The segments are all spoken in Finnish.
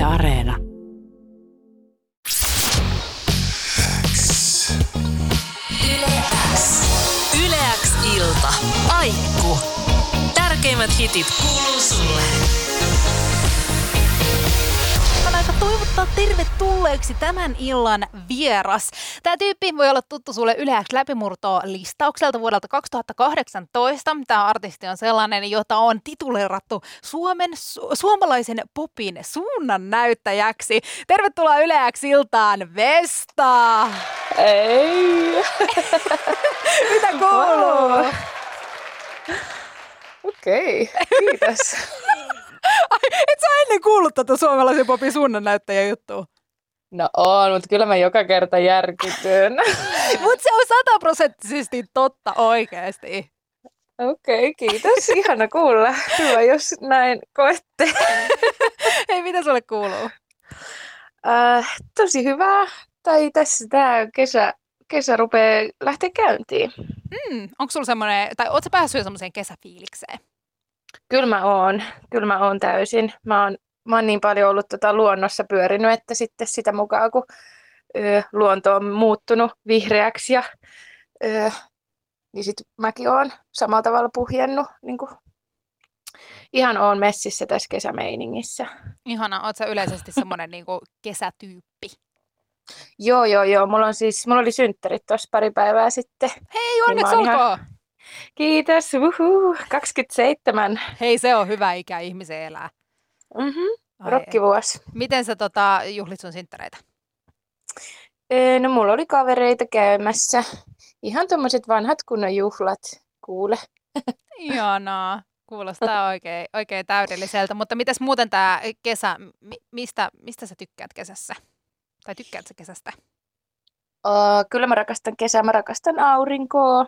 Yle Areena. Yle X ilta. Aikku. Tärkeimmät hitit kuuluu sulle. On aika toivottaa tervetulleeksi tämän illan vieras. Tämä tyyppi voi olla tuttu sulle Yle X läpimurto-listaukselta vuodelta 2018. Tämä artisti on sellainen, jota on tituleerattu suomalaisen popin suunnannäyttäjäksi. Tervetuloa Yle X-iltaan, Vesta! Ei! Mitä kuuluu? Wow. Okei, kiitos. Ai, et sä ennen kuullut tätä suomalaisen popin suunnannäyttäjän juttua? No on, mutta kyllä mä joka kerta järkytyn. Mutta se on 100% totta oikeasti. Okei, kiitos. Ihana kuulla. Hyvä, jos näin koette. Hei, mitä sulle kuuluu? Tosi hyvää. Tai tässä tämä kesä rupeaa lähteä käyntiin. Onko sulla semmoinen, tai ootko sä päässyt jo semmoiseen kesäfiilikseen? Kyllä mä oon täysin. Mä oon niin paljon ollut luonnossa pyörinyt, että sitten sitä mukaan, kun luonto on muuttunut vihreäksi niin sitten mäkin oon samalla tavalla puhjennut. Niin ihan oon messissä tässä kesämeiningissä. Ihana, oot sä yleisesti semmoinen niinku kesätyyppi? Joo. Mulla oli synttärit tuossa pari päivää sitten. Hei, onneksi olkoon! Kiitos, 27. Hei, se on hyvä ikä ihmisen elää. Rokkivuosi. Miten sä juhlit sun synttäreitä? No mulla oli kavereita käymässä. Ihan tommoset vanhat kunnon juhlat, kuule. Ihanaa. Kuulostaa oikein täydelliseltä. Mutta mitäs muuten tää kesä, mistä sä tykkäät kesässä? Tai tykkäät sä kesästä? Kyllä mä rakastan kesää, mä rakastan aurinkoa.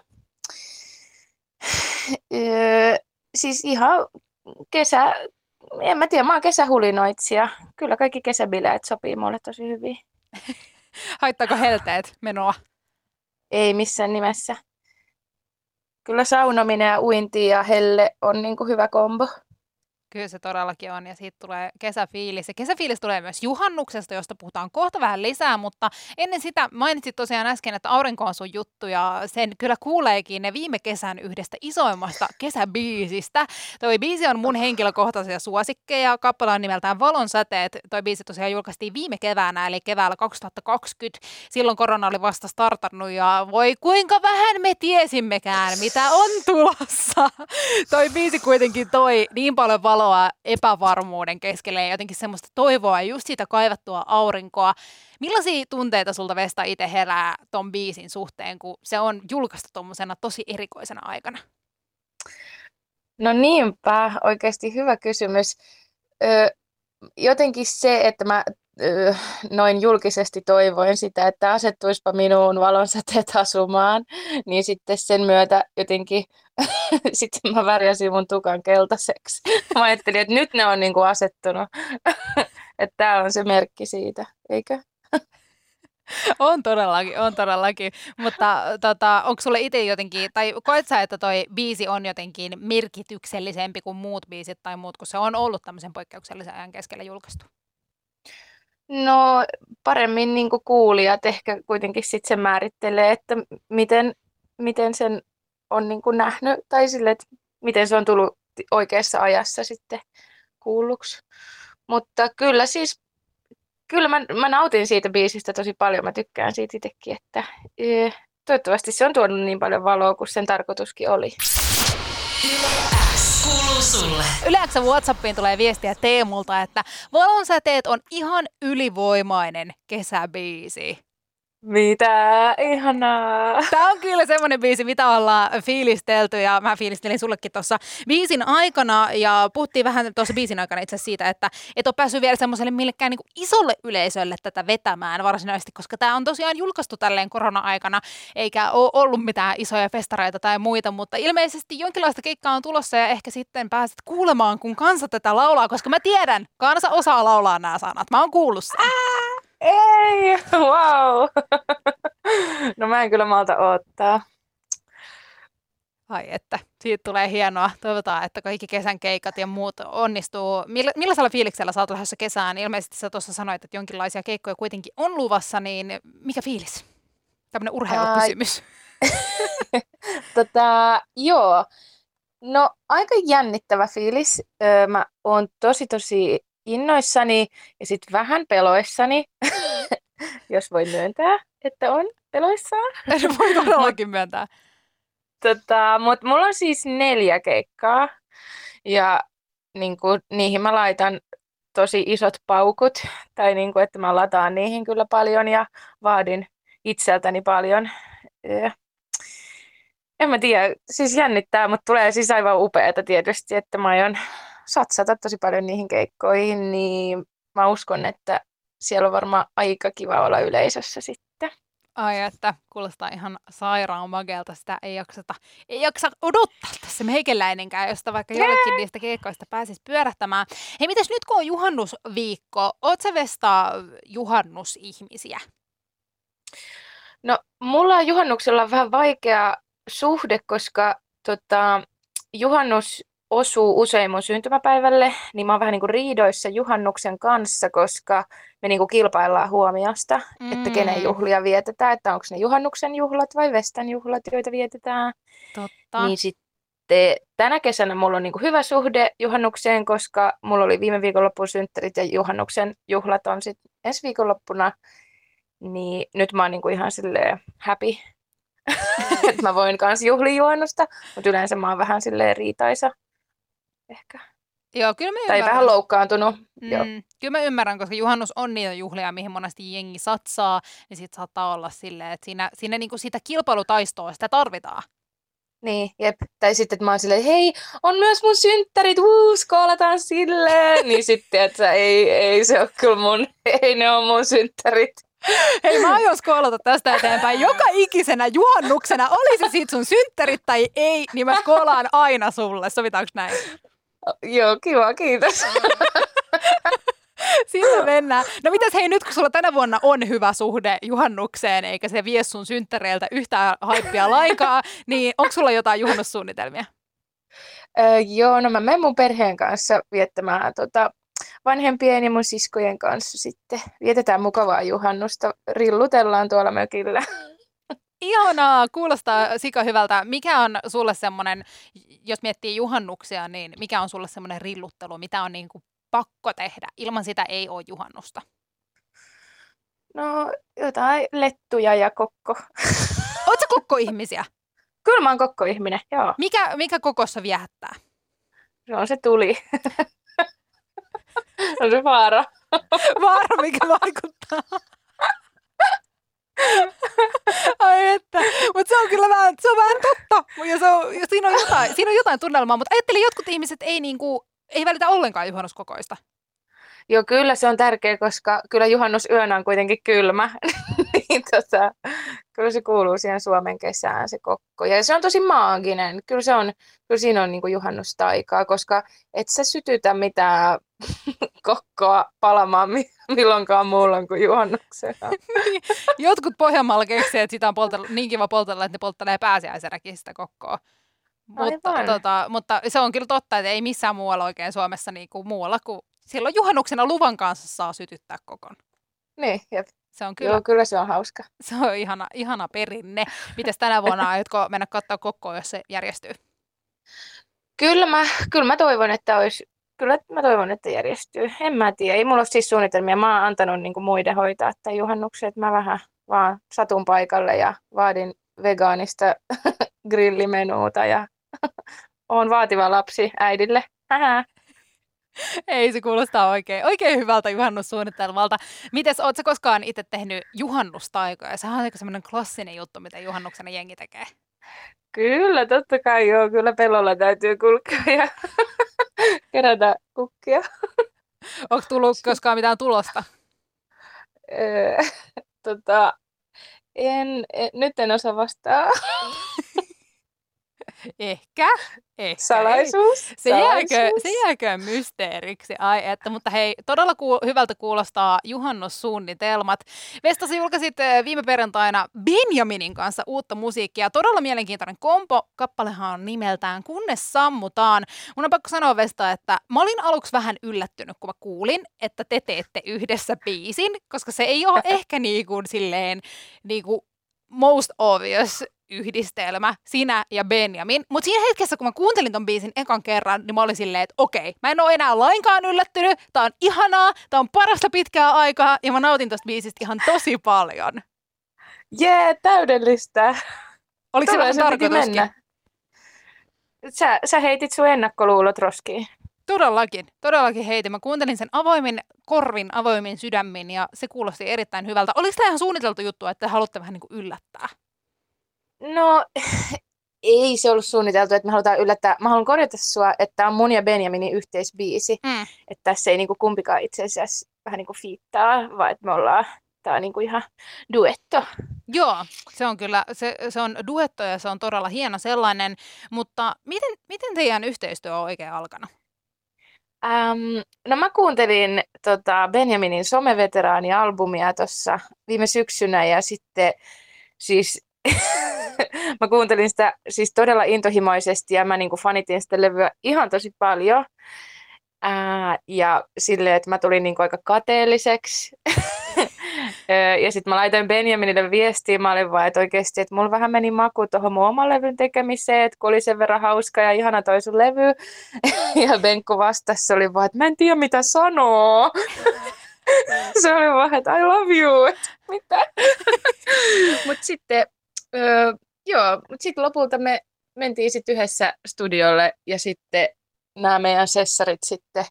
Siis ihan kesä, en mä tiedä, mä oon kesähulinoitsija. Kyllä kaikki kesäbileet sopii mulle tosi hyvin. Haittaako helteet menoa? Ei missään nimessä. Kyllä saunominen ja uinti ja helle on niinku hyvä kombo. Kyllä se todellakin on, ja siitä tulee kesäfiilis. Ja kesäfiilis tulee myös juhannuksesta, josta puhutaan kohta vähän lisää, mutta ennen sitä mainitsit tosiaan äsken, että aurinko on sun juttu, ja sen kyllä kuuleekin ne viime kesän yhdestä isoimmasta kesäbiisistä. Toi biisi on mun henkilökohtaisia suosikkeja, kappale on nimeltään Valon säteet. Toi biisi tosiaan julkaistiin viime keväänä, eli keväällä 2020. Silloin korona oli vasta startannut, ja voi kuinka vähän me tiesimmekään, mitä on tulossa. Toi biisi kuitenkin toi niin paljon valoa epävarmuuden keskelle ja jotenkin semmoista toivoa ja just siitä kaivattua aurinkoa. Millaisia tunteita sulta, Vesta, itse herää ton biisin suhteen, kun se on julkaistu tommosena tosi erikoisena aikana? No niinpä, oikeasti hyvä kysymys. Jotenkin se, että mä noin julkisesti toivoin sitä, että asettuispa minuun valonsäteet asumaan, niin sitten sen myötä jotenkin sitten mä värjäsin mun tukan keltaiseksi. Mä ajattelin, että nyt ne on niinku asettunut, että tää on se merkki siitä, eikö? On todellakin, mutta onko sulle itse jotenkin, tai koet sä, että toi biisi on jotenkin merkityksellisempi kuin muut biisit tai muut, kun se on ollut tämmöisen poikkeuksellisen ajan keskellä julkaistu? No paremmin niin kuin kuulijat ehkä kuitenkin sitten se määrittelee, että miten sen on niin kuin nähnyt tai sille, että miten se on tullut oikeassa ajassa sitten kuulluksi. Mutta kyllä mä nautin siitä biisistä tosi paljon, mä tykkään siitä itsekin, että toivottavasti se on tuonut niin paljon valoa kuin sen tarkoituskin oli. Kuuluu sulle. Yle X:n WhatsAppiin tulee viestiä Teemulta, että Valonsäteet on ihan ylivoimainen kesäbiisi. Mitä? Ihanaa! Tämä on kyllä semmoinen biisi, mitä ollaan fiilistelty, ja mä fiilistelin sullekin tuossa biisin aikana, ja puhuttiin vähän tuossa biisin aikana itse asiassa siitä, että et ole päässyt vielä semmoiselle millekään niin kuin isolle yleisölle tätä vetämään varsinaisesti, koska tämä on tosiaan julkaistu tälleen korona-aikana, eikä ole ollut mitään isoja festareita tai muita, mutta ilmeisesti jonkinlaista keikkaa on tulossa, ja ehkä sitten pääset kuulemaan, kun kansa tätä laulaa, koska mä tiedän, kansa osaa laulaa nämä sanat, mä oon kuullut sen. Ei, wow. No mä en kyllä malta odottaa. Ai että, Siitä tulee hienoa. Toivotaan, että kaikki kesän keikat ja muut onnistuu. Millaisella fiiliksellä sä oot lähdössä kesään? Ilmeisesti sä tuossa sanoit, että jonkinlaisia keikkoja kuitenkin on luvassa, niin mikä fiilis? Tämmöinen urheilukysymys. Joo. No aika jännittävä fiilis. Mä oon tosi innoissani ja sitten vähän peloissani, jos voi myöntää, että on peloissaan. Voi todellakin myöntää. Mutta mulla on siis 4 keikkaa ja niihin mä laitan tosi isot paukut. Tai että mä lataan niihin kyllä paljon ja vaadin itseltäni paljon. En mä tiedä, siis jännittää, mutta tulee siis aivan upeata tietysti, että mä aion satsata tosi paljon niihin keikkoihin, niin mä uskon, että siellä on varmaan aika kiva olla yleisössä sitten. Ai että, kuulostaa ihan sairaan magealta, sitä ei jaksa odottaa tässä meikäläinenkään, josta vaikka jollekin niistä keikkoista pääsisi pyörähtämään. Hei, mitäs nyt kun on juhannusviikko, oot sä Vesta juhannusihmisiä? No, mulla on juhannuksella vähän vaikea suhde, koska juhannus osuu usein mun syntymäpäivälle, niin mä oon vähän niin kuin riidoissa juhannuksen kanssa, koska me niin kuin kilpaillaan huomiosta, että kenen juhlia vietetään, että onko ne juhannuksen juhlat vai Vestan juhlat, joita vietetään. Totta. Niin sitten tänä kesänä mulla on niin kuin hyvä suhde juhannukseen, koska mulla oli viime viikonloppuun synttärit ja juhannuksen juhlat on sitten ensi viikonloppuna, niin nyt mä oon niin kuin ihan silleen happy, että mä voin kanssa juhlia juhannusta, mutta yleensä mä oon vähän silleen riitaisa. Ehkä. Joo, kyllä mä tai ymmärrän. vähän loukkaantunut. Joo. Kyllä mä ymmärrän, koska juhannus on niitä juhlia, mihin monesti jengi satsaa, niin sit saattaa olla silleen, että siinä niinku sitä kilpailutaistoa sitä tarvitaan. Niin, jep. Tai sitten, että mä oon silleen, hei, on myös mun synttärit, skoolataan silleen. Niin sitten, että ei se ole kyllä ei ne ole mun synttärit. Hei, mä aion skoolata tästä eteenpäin. Joka ikisenä juhannuksena, oli se sit sun synttärit tai ei, niin mä skoolaan aina sulle. Sovitaanko näin? Joo, kiva, kiitos. Siinä mennään. No mitäs hei, nyt kun sulla tänä vuonna on hyvä suhde juhannukseen, eikä se vie sun synttäreiltä yhtään haippia lainkaan, niin onko sulla jotain juhannussuunnitelmia? Joo, no mä menen mun perheen kanssa viettämään vanhempien ja mun siskojen kanssa sitten. Vietetään mukavaa juhannusta, rillutellaan tuolla mökillä. Ihanaa, kuulostaa sika hyvältä. Mikä on sulle semmoinen, jos miettii juhannuksia, niin mikä on sulle semmoinen rilluttelu, mitä on niin kuin pakko tehdä? Ilman sitä ei ole juhannusta. No, jotain lettuja ja kokko. Oot sä kokko-ihmisiä? Kyllä mä oon kokko-ihminen, joo. Mikä kokossa viehättää? Se on se tuli. On se vaara. Vaara, mikä vaikuttaa. Ai että, mutta se on kyllä vähän totta. Ja siinä on jotain tunnelmaa, mutta ajattelin, jotkut ihmiset ei välitä ollenkaan juhannuskokoista. Joo, kyllä se on tärkeä, koska kyllä juhannusyönä on kuitenkin kylmä. Niin kyllä se kuuluu siihen Suomen kesään se kokko. Ja se on tosi maaginen. Kyllä siinä on niinku juhannustaikaa, koska et sä sytytä mitään kokkoa palamaan milloinkaan muulla kuin juhannuksena. Jotkut Pohjanmaalla keksii, että sitä on niin kiva poltella, että ne polttelee pääsiäisenäkin sitä kokkoa. Mutta se on kyllä totta, että ei missään muualla oikein Suomessa niin kuin muualla, kuin silloin juhannuksena luvan kanssa saa sytyttää kokon. Niin, jep. Se on kyllä, joo, kyllä se on hauska. Se on ihana perinne. Mites tänä vuonna aiotko mennä katsoa kokkoa, jos se järjestyy? Kyllä mä toivon, että järjestyy. En mä tiedä. Ei mulla ole siis suunnitelmia. Mä oon antanut niinku muiden hoitaa tämän juhannuksen. Mä vähän vaan satun paikalle ja vaadin vegaanista grillimenuuta ja oon vaativa lapsi äidille. Ei, se kuulostaa oikein hyvältä juhannussuunnitelmalta. Mites, ootko koskaan itse tehnyt juhannustaikoja? Sehän on aika semmoinen klassinen juttu, mitä juhannuksena jengi tekee. Kyllä, totta kai joo. Kyllä pellolla täytyy kulkea ja kerätä kukkia. Onko tullut koskaan mitään tulosta? Nyt en osaa vastaa. Ehkä, ehkä. Salaisuus? Se Salaisuus? jääkö mysteeriksi. Ai että, mutta hei, todella hyvältä kuulostaa juhannussuunnitelmat. Vesta, sä julkaisit viime perjantaina Benjaminin kanssa uutta musiikkia. Todella mielenkiintoinen kompo. Kappalehan on nimeltään Kunnes sammutaan. Mun on pakko sanoa, Vesta, että mä olin aluksi vähän yllättynyt, kun mä kuulin, että te teette yhdessä biisin, koska se ei ole ehkä silleen most obvious yhdistelmä, sinä ja Benjamin. Mutta siinä hetkessä, kun mä kuuntelin ton biisin ekan kerran, niin mä olin silleen, että okei, mä en ole enää lainkaan yllättynyt, tää on ihanaa, tää on parasta pitkää aikaa, ja mä nautin tosta biisistä ihan tosi paljon. Jee, täydellistä. Oliko se vähän tarkoituskin? Sä heitit sun ennakkoluulot roskiin. Todellakin heitin. Mä kuuntelin sen avoimin korvin, avoimin sydämin, ja se kuulosti erittäin hyvältä. Oliko tämä ihan suunniteltu juttu, että haluatte vähän yllättää? No, ei se ollut suunniteltu, että me halutaan yllättää. Mä haluan korjata sua, että tämä on mun ja Benjaminin yhteisbiisi. Että tässä ei kumpikaan itse asiassa vähän fiittaa, vaan että me ollaan, tää on ihan duetto. Joo, se on kyllä, se on duetto ja se on todella hieno sellainen, mutta miten teidän yhteistyö on oikein alkanut? No mä kuuntelin Benjaminin someveteraani-albumia tuossa viime syksynä ja sitten siis mä kuuntelin sitä siis todella intohimoisesti ja mä fanitin sitä levyä ihan tosi paljon. Ja silleen, että mä tulin aika kateelliseksi. Ja sitten mä laitoin Benjaminille viestiä, mä olin vaan, että oikeasti, että mulla vähän meni maku tuohon mun oman levyn tekemiseen, että kun oli sen verran hauska ja ihana toi sun levy. Ja Benko vastasi, se oli vaan, että mä en tiedä mitä sanoo. Se oli vaan, että I love you, että mitä. Mutta sitten, lopulta me mentiin sitten yhdessä studiolle ja sitten nämä meidän sessarit sitten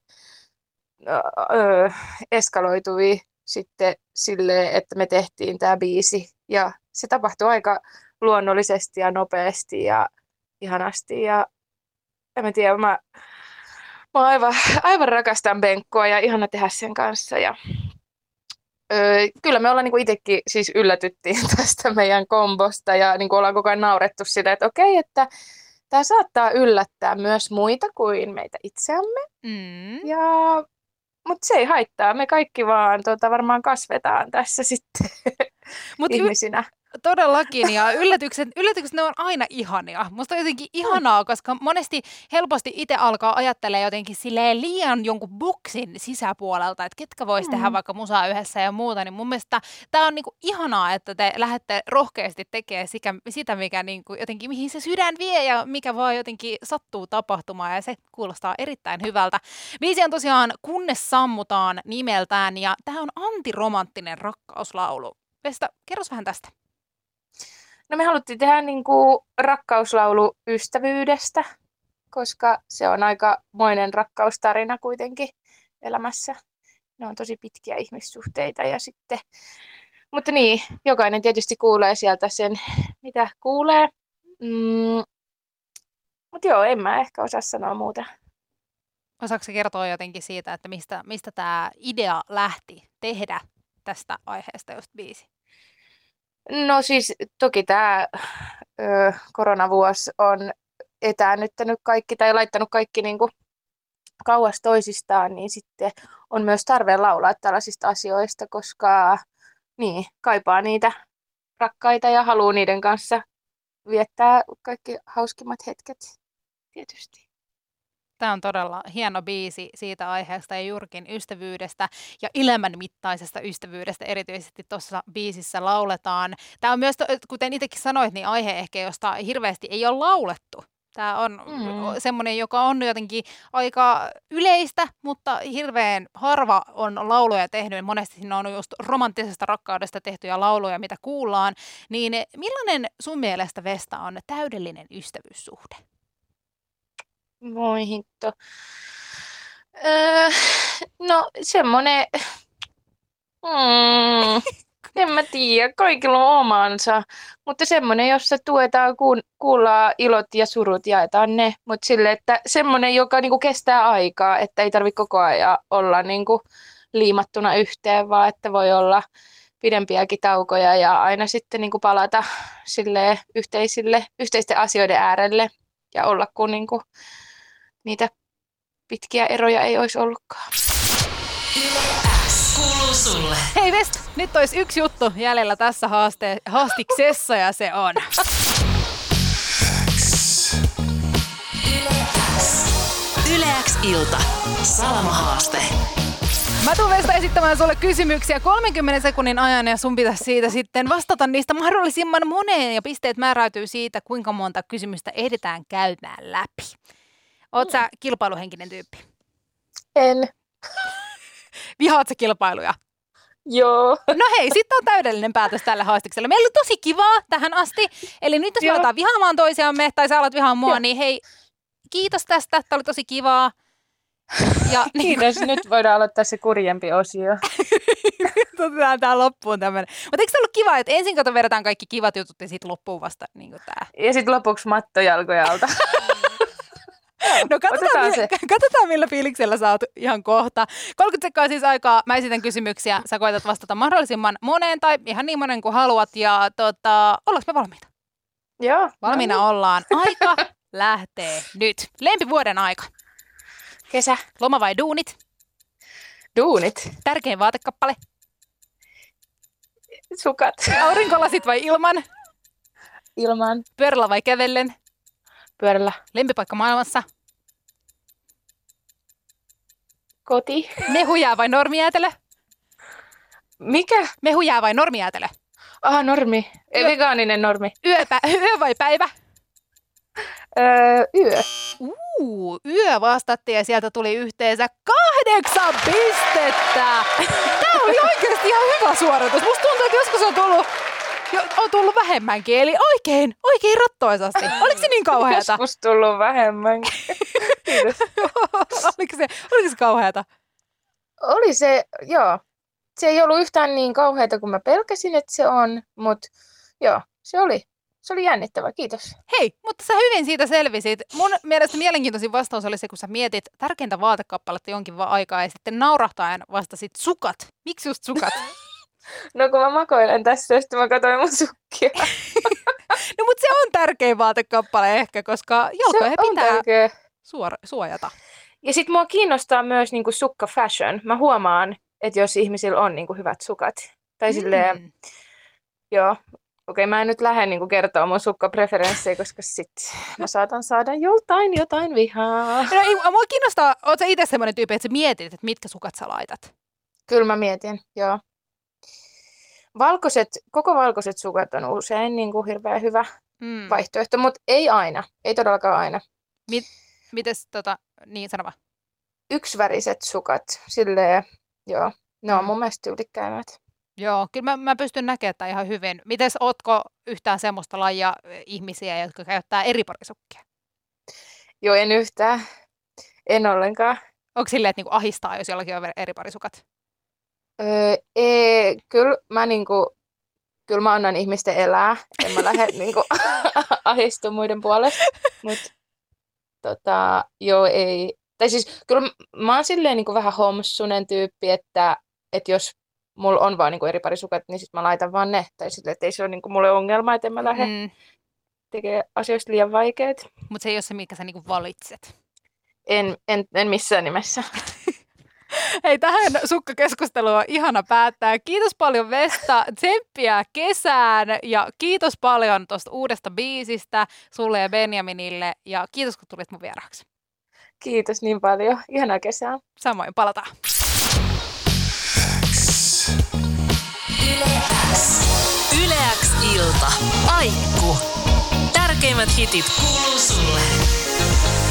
eskaloitui sitten silleen, että me tehtiin tämä biisi ja se tapahtui aika luonnollisesti ja nopeasti ja ihanasti ja en mä tiedä, mä aivan rakastan Benkkoa ja ihana tehdä sen kanssa ja kyllä me ollaan itsekin siis yllätyttiin tästä meidän kombosta ja ollaan koko ajan naurettu sitä, että okei, että tämä saattaa yllättää myös muita kuin meitä itseämme. Mutta se ei haittaa, me kaikki vaan varmaan kasvetaan tässä sitten ihmisinä. Todellakin, ja yllätykset ne on aina ihania. Musta on jotenkin ihanaa, koska monesti helposti itse alkaa ajattelemaan jotenkin silleen liian jonkun boksin sisäpuolelta, että ketkä vois tehdä vaikka musaa yhdessä ja muuta, niin mun mielestä tää on ihanaa, että te lähdette rohkeasti tekemään sitä, mikä jotenkin, mihin se sydän vie ja mikä vaan jotenkin sattuu tapahtumaan, ja se kuulostaa erittäin hyvältä. Biisi on tosiaan Kunnes sammutaan nimeltään, ja tää on antiromanttinen rakkauslaulu. Vesta, kerros vähän tästä. No me haluttiin tehdä rakkauslaulu ystävyydestä, koska se on aikamoinen rakkaustarina kuitenkin elämässä. Ne on tosi pitkiä ihmissuhteita ja sitten, mutta niin, jokainen tietysti kuulee sieltä sen, mitä kuulee. Mutta joo, en mä ehkä osaa sanoa muuta. Osaatko kertoa jotenkin siitä, että mistä tämä idea lähti tehdä tästä aiheesta just biisi? No siis toki tämä koronavuosi on etäännyttänyt kaikki tai laittanut kaikki kauas toisistaan, niin sitten on myös tarve laulaa tällaisista asioista, koska niin, kaipaa niitä rakkaita ja haluaa niiden kanssa viettää kaikki hauskimmat hetket tietysti. Tämä on todella hieno biisi siitä aiheesta ja juurikin ystävyydestä ja elämän mittaisesta ystävyydestä erityisesti tuossa biisissä lauletaan. Tämä on myös, kuten itsekin sanoit, niin aihe ehkä, josta hirveästi ei ole laulettu. Tämä on semmoinen, joka on jotenkin aika yleistä, mutta hirveän harva on lauluja tehnyt. Monesti siinä on just romanttisesta rakkaudesta tehtyjä lauluja, mitä kuullaan. Niin millainen sun mielestä, Vesta, on täydellinen ystävyyssuhde? Voi hitto. No semmonen, en mä tiedä, kaikilla on omansa, mutta semmonen, jossa tuetaan, kuullaan ilot ja surut, jaetaan ne, mutta sille, että semmonen, joka kestää aikaa, että ei tarvitse koko ajan olla liimattuna yhteen, vaan että voi olla pidempiäkin taukoja ja aina sitten palata silleen yhteisten asioiden äärelle. ja olla, kun niinku niitä pitkiä eroja ei olisi ollutkaan. Kuuluu sulle. Hei Vest, nyt olisi yksi juttu jäljellä tässä haastiksessa ja se on... Yle X ilta. Salamahaaste. Mä tulen Vesta esittämään sulle kysymyksiä 30 sekunnin ajan ja sun pitäisi siitä sitten vastata niistä mahdollisimman moneen ja pisteet määräytyy siitä, kuinka monta kysymystä ehditään käymään läpi. Oot sä kilpailuhenkinen tyyppi? En. Vihaat sä kilpailuja? Joo. No hei, sitten on täydellinen päätös tälle haastikselle. Meillä oli tosi kivaa tähän asti. Eli nyt jos me aletaan vihaamaan toisiamme tai sä alat vihaamaan mua, niin hei, kiitos tästä. Tämä oli tosi kivaa. Ja, Kiitos. Nyt voidaan aloittaa se kurjempi osio. Otetaan tää loppuun tämmönen. Mutta eikö se ollut kiva, että ensin vedetään kaikki kivat jutut ja sitten loppuun vasta niin tää? Ja sitten lopuksi matto jalkoja alta. No katsotaan millä fiiliksellä sä oot ihan kohta. 30 sekkaa siis aikaa. Mä esitän kysymyksiä. Sä koetat vastata mahdollisimman moneen tai ihan niin monen kuin haluat. Ja ollaanko me valmiita? Joo. Valmiina ollaan. Aika lähtee nyt. Lempivuoden aika. Kesä. Loma vai duunit? Duunit. Tärkein vaatekappale? Sukat. Aurinkolasit vai ilman? Ilman. Pyörällä vai kävellen? Pyörällä. Lempipaikka maailmassa? Koti. Mehujää vai normijäätelö? Mikä? Mehujää vai normijäätelö? Normi. Vegaaninen normi. Yö vai päivä? Yö. Yö vastattiin ja sieltä tuli yhteensä 8 pistettä. Tämä oli oikeasti ihan hyvä suoritus. Musta tuntuu, että joskus on tullut vähemmänkin, eli oikein rattoisasti. Oliko se niin kauheata? Joskus tullut vähemmänkin. Kiitos. Oliko se kauheata? Oli se, joo. Se ei ollut yhtään niin kauheata kuin mä pelkäsin, että se on, mutta joo, se oli jännittävä, kiitos. Hei, mutta sä hyvin siitä selvisit. Mun mielestä mielenkiintoisin vastaus oli se, kun sä mietit tärkeintä vaatekappaletta jonkin aikaa ja sitten naurahtaen vastasit sukat. Miksi just sukat? No kun mä makoilen tässä, sitten mä katsoin mun sukkia. No mutta se on tärkein vaatekappale ehkä, koska jalkoja pitää suojata. Ja sit mua kiinnostaa myös niinku sukka fashion. Mä huomaan, että jos ihmisillä on niinku hyvät sukat. Tai silleen, joo. Okei, mä en nyt lähde niinku kertoa mun sukkapreferenssejä, koska sit mä saatan saada joltain jotain vihaa. No, mua kiinnostaa, oot sä itse semmoinen tyyppi, että sä mietit, että mitkä sukat sä laitat? Kyllä mä mietin, joo. Koko valkoiset sukat on usein niinku hirveän hyvä vaihtoehto, mutta ei aina. Ei todellakaan aina. Mites niin sano vaan. Yksiväriset sukat, silleen, joo. Ne on mun mielestä tyylikkäimmät. Joo, kyllä mä pystyn näkemään tämän ihan hyvin. Mites, ootko yhtään semmoista lajia ihmisiä, jotka käyttää eri parisukkia? Joo, en yhtään. En ollenkaan. Onko silleen, että niinku ahistaa, jos jollakin on eri parisukat? Kyllä mä annan ihmisten elää. En mä lähde niinku ahistu muiden puolesta. Mutta joo, ei. Tai siis kyllä mä oon silleen niinku vähän homsunen tyyppi, että jos mulla on vaan niinku eri parisukat, niin sit mä laitan vaan ne. Tai silleen, että ei se ole niinku mulle ongelma, että en mä lähde tekemään asioista liian vaikeat. Mutta se ei ole se, minkä sä niinku valitset. En missään nimessä. Hei, tähän sukkakeskusteluun on ihana päättää. Kiitos paljon Vesta, tsemppiä kesään ja kiitos paljon tuosta uudesta biisistä sulle ja Benjaminille ja kiitos kun tulit mun vieraaksi. Kiitos niin paljon. Ihanaa kesää. Samoin, palataan. Yle X ilta. Aikku. Tärkeimmät hitit kuuluu sulle.